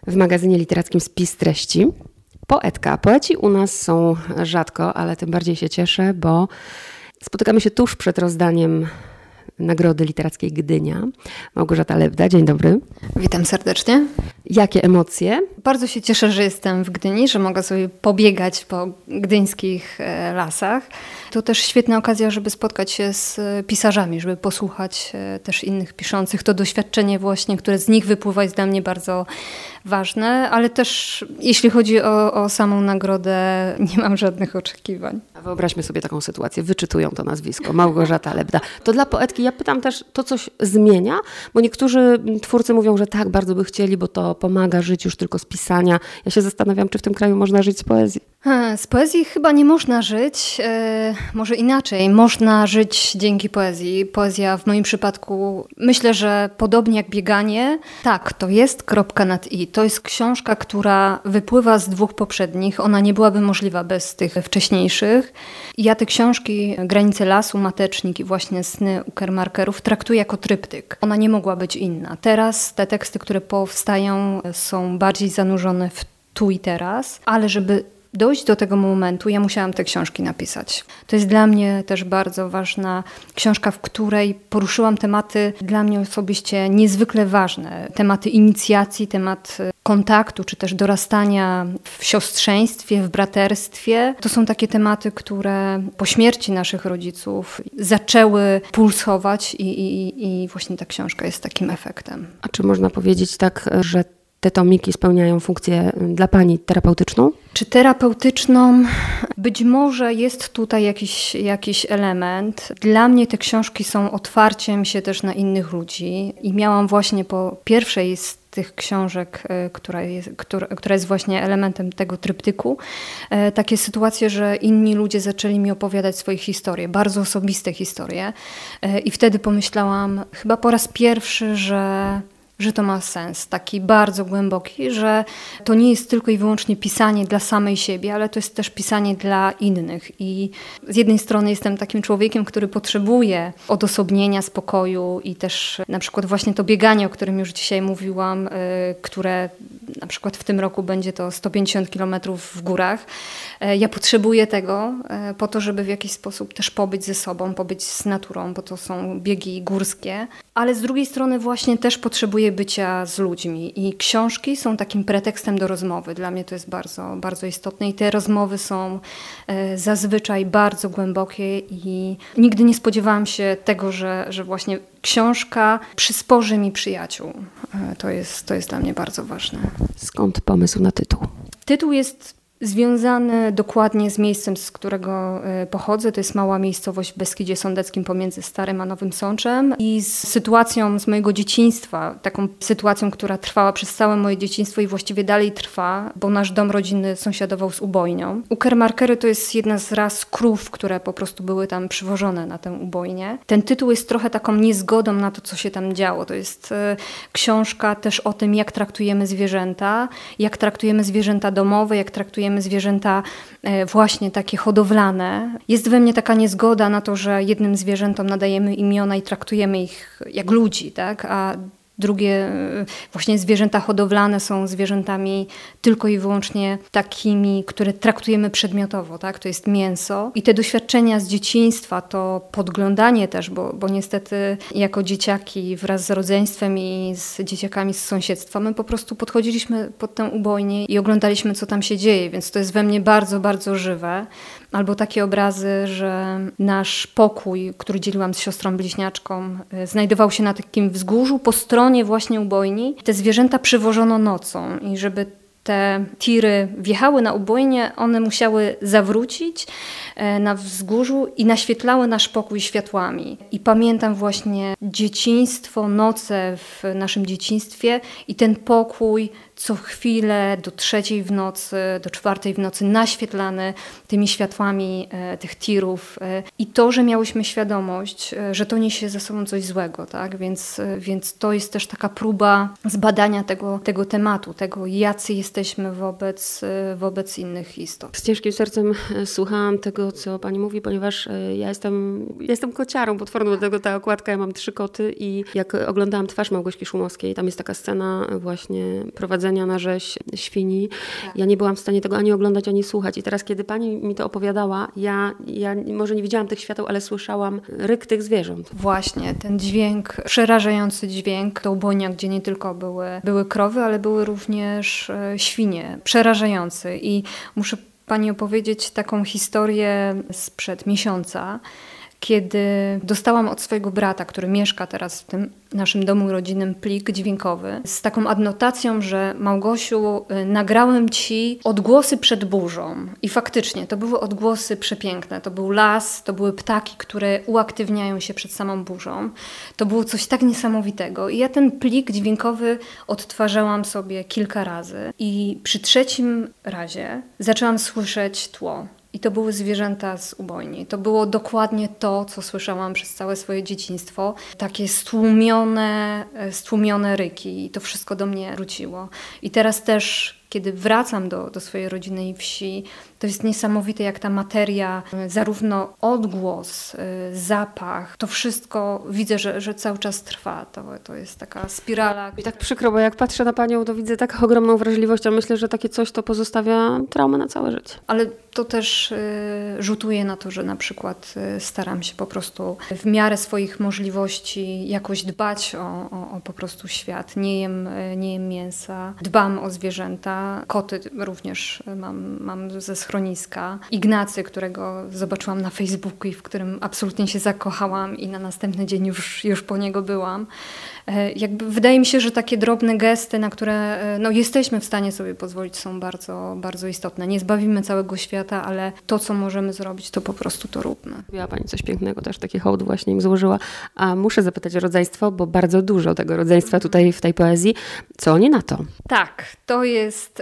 w magazynie literackim Spis Treści. Poetka. Poeci u nas są rzadko, ale tym bardziej się cieszę, bo spotykamy się tuż przed rozdaniem Nagrody Literackiej Gdynia. Małgorzata Lebda, dzień dobry. Witam serdecznie. Jakie emocje? Bardzo się cieszę, że jestem w Gdyni, że mogę sobie pobiegać po gdyńskich lasach. To też świetna okazja, żeby spotkać się z pisarzami, żeby posłuchać też innych piszących. To doświadczenie właśnie, które z nich wypływa, jest dla mnie bardzo ważne, ale też jeśli chodzi o samą nagrodę, nie mam żadnych oczekiwań. Wyobraźmy sobie taką sytuację, wyczytują to nazwisko, Małgorzata Lebda. To dla poetki, ja pytam też, to coś zmienia? Bo niektórzy twórcy mówią, że tak, bardzo by chcieli, bo to pomaga żyć już tylko z pisania. Ja się zastanawiam, czy w tym kraju można żyć z poezji. Z poezji chyba nie można żyć, może inaczej, można żyć dzięki poezji. Poezja w moim przypadku, myślę, że podobnie jak bieganie, tak, to jest kropka nad i. To jest książka, która wypływa z dwóch poprzednich, ona nie byłaby możliwa bez tych wcześniejszych. I ja te książki, Granice lasu, Matecznik i właśnie Sny Uckermarkerów traktuję jako tryptyk. Ona nie mogła być inna. Teraz te teksty, które powstają, są bardziej zanurzone w tu i teraz, ale żeby dojść do tego momentu, ja musiałam te książki napisać. To jest dla mnie też bardzo ważna książka, w której poruszyłam tematy dla mnie osobiście niezwykle ważne. Tematy inicjacji, temat kontaktu, czy też dorastania w siostrzeństwie, w braterstwie. To są takie tematy, które po śmierci naszych rodziców zaczęły pulsować i właśnie ta książka jest takim efektem. A czy można powiedzieć tak, że te tomiki spełniają funkcję dla Pani terapeutyczną? Czy terapeutyczną? Być może jest tutaj jakiś element. Dla mnie te książki są otwarciem się też na innych ludzi i miałam właśnie po pierwszej z tych książek, która jest właśnie elementem tego tryptyku, takie sytuacje, że inni ludzie zaczęli mi opowiadać swoje historie, bardzo osobiste historie i wtedy pomyślałam chyba po raz pierwszy, że to ma sens, taki bardzo głęboki, że to nie jest tylko i wyłącznie pisanie dla samej siebie, ale to jest też pisanie dla innych. I z jednej strony jestem takim człowiekiem, który potrzebuje odosobnienia, spokoju i też na przykład właśnie to bieganie, o którym już dzisiaj mówiłam, które na przykład w tym roku będzie to 150 km w górach. Ja potrzebuję tego po to, żeby w jakiś sposób też pobyć ze sobą, pobyć z naturą, bo to są biegi górskie. Ale z drugiej strony właśnie też potrzebuję bycia z ludźmi i książki są takim pretekstem do rozmowy. Dla mnie to jest bardzo, bardzo istotne i te rozmowy są zazwyczaj bardzo głębokie i nigdy nie spodziewałam się tego, że właśnie książka przysporzy mi przyjaciół. To jest dla mnie bardzo ważne. Skąd pomysł na tytuł? Tytuł jest związany dokładnie z miejscem, z którego pochodzę. To jest mała miejscowość w Beskidzie Sądeckim pomiędzy Starym a Nowym Sączem i z sytuacją z mojego dzieciństwa, taką sytuacją, która trwała przez całe moje dzieciństwo i właściwie dalej trwa, bo nasz dom rodzinny sąsiadował z ubojnią. Uckermarkery to jest jedna z ras krów, które po prostu były tam przywożone na tę ubojnię. Ten tytuł jest trochę taką niezgodą na to, co się tam działo. To jest książka też o tym, jak traktujemy zwierzęta domowe, jak traktujemy zwierzęta właśnie takie hodowlane. Jest we mnie taka niezgoda na to, że jednym zwierzętom nadajemy imiona i traktujemy ich jak ludzi, tak? A drugie, właśnie zwierzęta hodowlane są zwierzętami tylko i wyłącznie takimi, które traktujemy przedmiotowo, tak? To jest mięso. I te doświadczenia z dzieciństwa, to podglądanie też, bo niestety jako dzieciaki wraz z rodzeństwem i z dzieciakami z sąsiedztwa, my po prostu podchodziliśmy pod tę ubojnię i oglądaliśmy, co tam się dzieje, więc to jest we mnie bardzo, bardzo żywe. Albo takie obrazy, że nasz pokój, który dzieliłam z siostrą bliźniaczką, znajdował się na takim wzgórzu po stronie właśnie ubojni. Te zwierzęta przywożono nocą i żeby te tiry wjechały na ubojnię, one musiały zawrócić na wzgórzu i naświetlały nasz pokój światłami. I pamiętam właśnie dzieciństwo, noce w naszym dzieciństwie i ten pokój co chwilę do 3 w nocy, do 4 w nocy naświetlany tymi światłami tych tirów. I to, że miałyśmy świadomość, że to niesie ze sobą coś złego, tak? Więc to jest też taka próba zbadania tego tematu, tego jacy jesteśmy wobec innych istot. Z ciężkim sercem słuchałam tego, co pani mówi, ponieważ ja jestem kociarą potworną, dlatego ta okładka, ja mam 3 koty i jak oglądałam Twarz Małgosi Szumowskiej, tam jest taka scena właśnie prowadzenia sprowadzenia na rzeź świni. Ja nie byłam w stanie tego ani oglądać, ani słuchać. I teraz, kiedy pani mi to opowiadała, ja może nie widziałam tych świateł, ale słyszałam ryk tych zwierząt. Właśnie, ten dźwięk, przerażający dźwięk do ubojnia, gdzie nie tylko były krowy, ale były również świnie. Przerażający. I muszę pani opowiedzieć taką historię sprzed miesiąca, kiedy dostałam od swojego brata, który mieszka teraz w tym naszym domu rodzinnym, plik dźwiękowy z taką adnotacją, że Małgosiu, nagrałem ci odgłosy przed burzą. I faktycznie to były odgłosy przepiękne. To był las, to były ptaki, które uaktywniają się przed samą burzą. To było coś tak niesamowitego. I ja ten plik dźwiękowy odtwarzałam sobie kilka razy. I przy trzecim razie zaczęłam słyszeć tło. I to były zwierzęta z ubojni. To było dokładnie to, co słyszałam przez całe swoje dzieciństwo. Takie stłumione ryki. I to wszystko do mnie wróciło. I teraz też, kiedy wracam do swojej rodzinnej wsi, to jest niesamowite, jak ta materia, zarówno odgłos, zapach, to wszystko widzę, że cały czas trwa. To jest taka spirala. I tak przykro, bo jak patrzę na panią, to widzę taką ogromną wrażliwość, a myślę, że takie coś to pozostawia traumę na całe życie. Ale to też rzutuje na to, że na przykład staram się po prostu w miarę swoich możliwości jakoś dbać o po prostu świat. Nie jem mięsa, dbam o zwierzęta, koty również mam ze schroniska. Ignacy, którego zobaczyłam na Facebooku i w którym absolutnie się zakochałam i na następny dzień już po niego byłam. Jakby wydaje mi się, że takie drobne gesty, na które jesteśmy w stanie sobie pozwolić, są bardzo, bardzo istotne. Nie zbawimy całego świata, ale to, co możemy zrobić, to po prostu to róbmy. Mówiła pani coś pięknego, też taki hołd właśnie im złożyła. A muszę zapytać o rodzeństwo, bo bardzo dużo tego rodzeństwa tutaj w tej poezji. Co oni na to? Tak, to jest,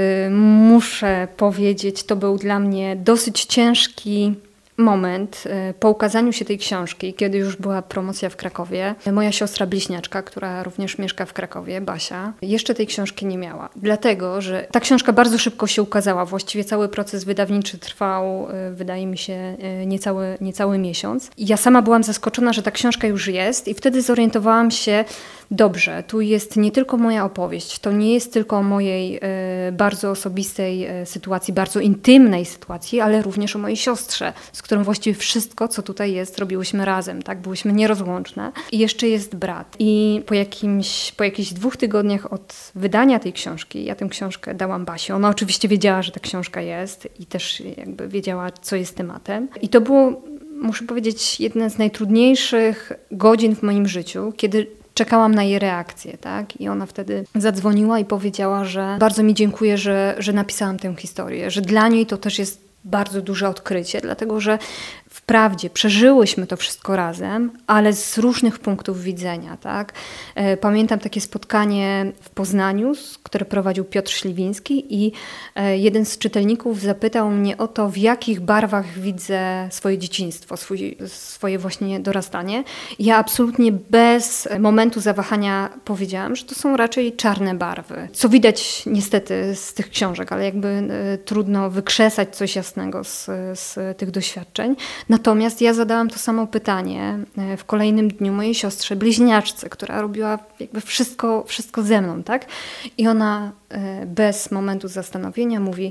muszę powiedzieć, to był dla mnie dosyć ciężki moment po ukazaniu się tej książki, kiedy już była promocja w Krakowie. Moja siostra bliźniaczka, która również mieszka w Krakowie, Basia, jeszcze tej książki nie miała. Dlatego, że ta książka bardzo szybko się ukazała. Właściwie cały proces wydawniczy trwał, wydaje mi się, niecały miesiąc. I ja sama byłam zaskoczona, że ta książka już jest i wtedy zorientowałam się, dobrze, tu jest nie tylko moja opowieść, to nie jest tylko o mojej bardzo osobistej sytuacji, bardzo intymnej sytuacji, ale również o mojej siostrze, z którą właściwie wszystko, co tutaj jest, robiłyśmy razem, tak? Byłyśmy nierozłączne. I jeszcze jest brat. I po jakichś 2 tygodniach od wydania tej książki, ja tę książkę dałam Basi. Ona oczywiście wiedziała, że ta książka jest i też jakby wiedziała, co jest tematem. I to było, muszę powiedzieć, jedna z najtrudniejszych godzin w moim życiu, kiedy czekałam na jej reakcję, tak? I ona wtedy zadzwoniła i powiedziała, że bardzo mi dziękuję, że napisałam tę historię, że dla niej to też jest bardzo duże odkrycie, dlatego że wprawdzie przeżyłyśmy to wszystko razem, ale z różnych punktów widzenia, tak? Pamiętam takie spotkanie w Poznaniu, które prowadził Piotr Śliwiński i jeden z czytelników zapytał mnie o to, w jakich barwach widzę swoje dzieciństwo, swoje właśnie dorastanie. Ja absolutnie bez momentu zawahania powiedziałam, że to są raczej czarne barwy. Co widać niestety z tych książek, ale jakby trudno wykrzesać coś jasnego z tych doświadczeń. Natomiast ja zadałam to samo pytanie w kolejnym dniu mojej siostrze bliźniaczce, która robiła jakby wszystko ze mną, tak? I ona bez momentu zastanowienia mówi,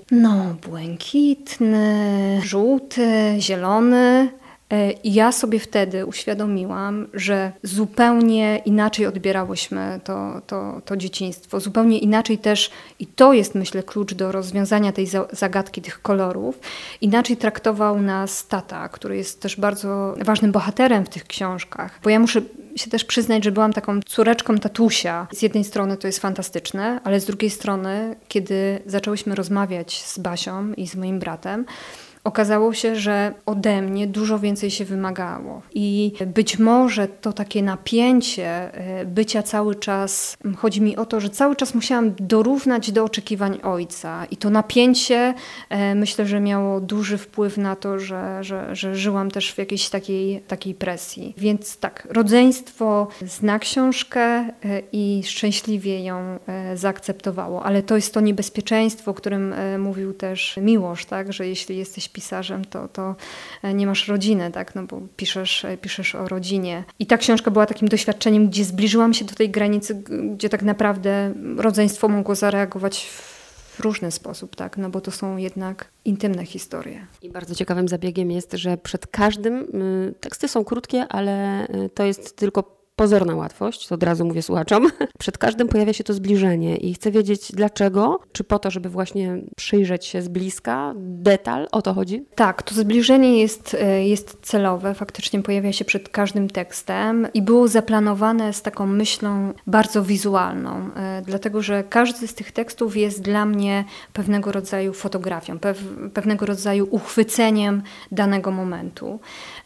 błękitny, żółty, zielony. I ja sobie wtedy uświadomiłam, że zupełnie inaczej odbierałyśmy to dzieciństwo, zupełnie inaczej też, i to jest myślę klucz do rozwiązania tej zagadki tych kolorów, inaczej traktował nas tata, który jest też bardzo ważnym bohaterem w tych książkach. Bo ja muszę się też przyznać, że byłam taką córeczką tatusia. Z jednej strony to jest fantastyczne, ale z drugiej strony, kiedy zaczęłyśmy rozmawiać z Basią i z moim bratem, okazało się, że ode mnie dużo więcej się wymagało. I być może to takie napięcie bycia cały czas, chodzi mi o to, że cały czas musiałam dorównać do oczekiwań ojca. I to napięcie myślę, że miało duży wpływ na to, że żyłam też w jakiejś takiej presji. Więc tak, rodzeństwo zna książkę i szczęśliwie ją zaakceptowało. Ale to jest to niebezpieczeństwo, o którym mówił też Miłosz, tak? Że jeśli jesteś pisarzem, to nie masz rodziny, tak? No bo piszesz o rodzinie. I ta książka była takim doświadczeniem, gdzie zbliżyłam się do tej granicy, gdzie tak naprawdę rodzeństwo mogło zareagować w różny sposób, tak? No bo to są jednak intymne historie. I bardzo ciekawym zabiegiem jest, że przed każdym, teksty są krótkie, ale to jest tylko pozorna łatwość, to od razu mówię słuchaczom. Przed każdym pojawia się to zbliżenie i chcę wiedzieć dlaczego, czy po to, żeby właśnie przyjrzeć się z bliska, detal, o to chodzi? Tak, to zbliżenie jest celowe, faktycznie pojawia się przed każdym tekstem i było zaplanowane z taką myślą bardzo wizualną, dlatego że każdy z tych tekstów jest dla mnie pewnego rodzaju fotografią, pewnego rodzaju uchwyceniem danego momentu.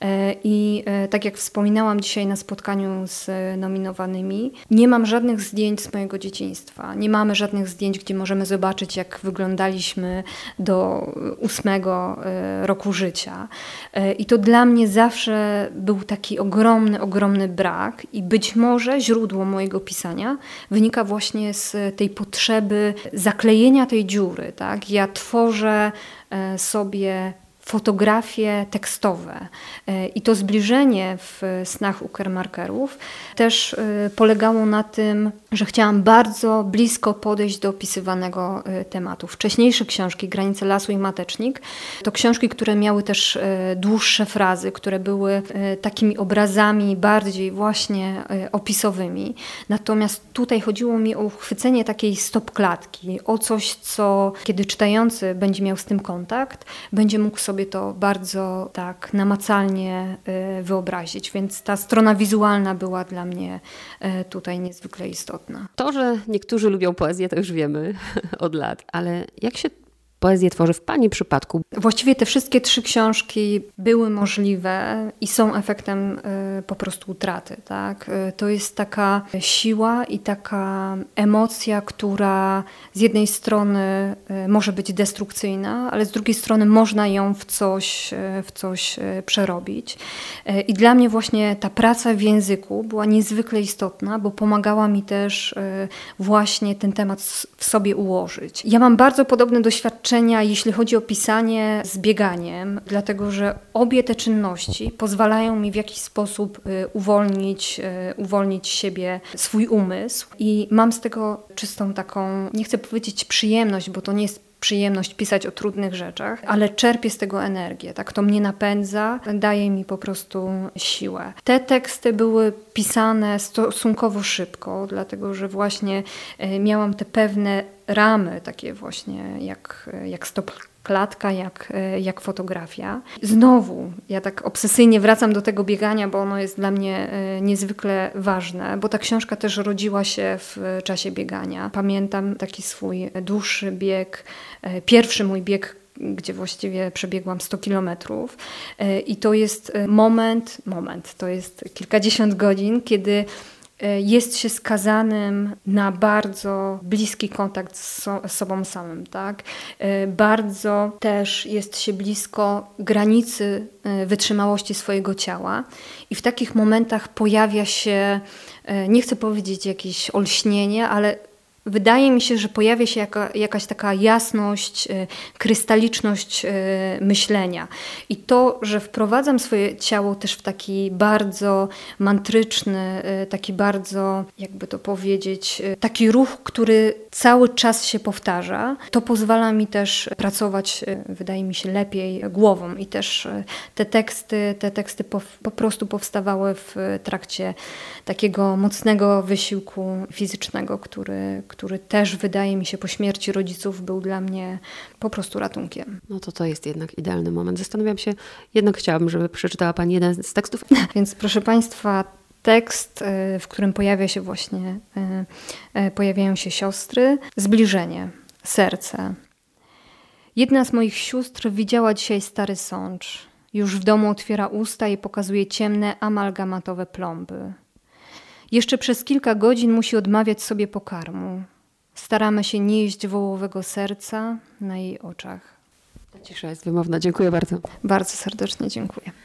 I tak jak wspominałam dzisiaj na spotkaniu z nominowanymi, nie mam żadnych zdjęć z mojego dzieciństwa. Nie mamy żadnych zdjęć, gdzie możemy zobaczyć, jak wyglądaliśmy do 8 roku życia. I to dla mnie zawsze był taki ogromny, ogromny brak i być może źródło mojego pisania wynika właśnie z tej potrzeby zaklejenia tej dziury. Tak? Ja tworzę sobie fotografie tekstowe. I to zbliżenie w Snach Uckermarkerów też polegało na tym, że chciałam bardzo blisko podejść do opisywanego tematu. Wcześniejsze książki, Granice lasu i Matecznik, to książki, które miały też dłuższe frazy, które były takimi obrazami bardziej właśnie opisowymi. Natomiast tutaj chodziło mi o uchwycenie takiej stopklatki, o coś, co kiedy czytający będzie miał z tym kontakt, będzie mógł sobie to bardzo tak namacalnie wyobrazić, więc ta strona wizualna była dla mnie tutaj niezwykle istotna. To, że niektórzy lubią poezję, to już wiemy od lat, ale jak się poezję tworzy w Pani przypadku? Właściwie te wszystkie 3 książki były możliwe i są efektem po prostu utraty. Tak? To jest taka siła i taka emocja, która z jednej strony może być destrukcyjna, ale z drugiej strony można ją w coś przerobić. I dla mnie właśnie ta praca w języku była niezwykle istotna, bo pomagała mi też właśnie ten temat w sobie ułożyć. Ja mam bardzo podobne doświadczenia, jeśli chodzi o pisanie z bieganiem, dlatego że obie te czynności pozwalają mi w jakiś sposób uwolnić siebie, swój umysł i mam z tego czystą taką, nie chcę powiedzieć przyjemność, bo to nie jest przyjemność pisać o trudnych rzeczach, ale czerpię z tego energię, tak? To mnie napędza, daje mi po prostu siłę. Te teksty były pisane stosunkowo szybko, dlatego że właśnie miałam te pewne ramy, takie właśnie jak stopklatka, jak fotografia. Znowu, ja tak obsesyjnie wracam do tego biegania, bo ono jest dla mnie niezwykle ważne, bo ta książka też rodziła się w czasie biegania. Pamiętam taki swój dłuższy bieg, pierwszy mój bieg, gdzie właściwie przebiegłam 100 kilometrów i to jest moment, to jest kilkadziesiąt godzin, kiedy jest się skazanym na bardzo bliski kontakt z sobą samym, tak? Bardzo też jest się blisko granicy wytrzymałości swojego ciała i w takich momentach pojawia się, nie chcę powiedzieć jakieś olśnienie, ale wydaje mi się, że pojawia się jakaś taka jasność, krystaliczność myślenia. I to, że wprowadzam swoje ciało też w taki bardzo mantryczny, taki bardzo, jakby to powiedzieć, taki ruch, który cały czas się powtarza, to pozwala mi też pracować, wydaje mi się, lepiej głową. I też te teksty po prostu powstawały w trakcie takiego mocnego wysiłku fizycznego, który też, wydaje mi się, po śmierci rodziców był dla mnie po prostu ratunkiem. No to jest jednak idealny moment. Zastanawiam się, jednak chciałabym, żeby przeczytała Pani jeden z tekstów. Więc proszę Państwa, tekst, w którym pojawiają się siostry, zbliżenie, serce. Jedna z moich sióstr widziała dzisiaj stary sącz. Już w domu otwiera usta i pokazuje ciemne, amalgamatowe plomby. Jeszcze przez kilka godzin musi odmawiać sobie pokarmu. Staramy się nie jeść wołowego serca na jej oczach. Ta cisza jest wymowna. Dziękuję bardzo. Bardzo serdecznie dziękuję.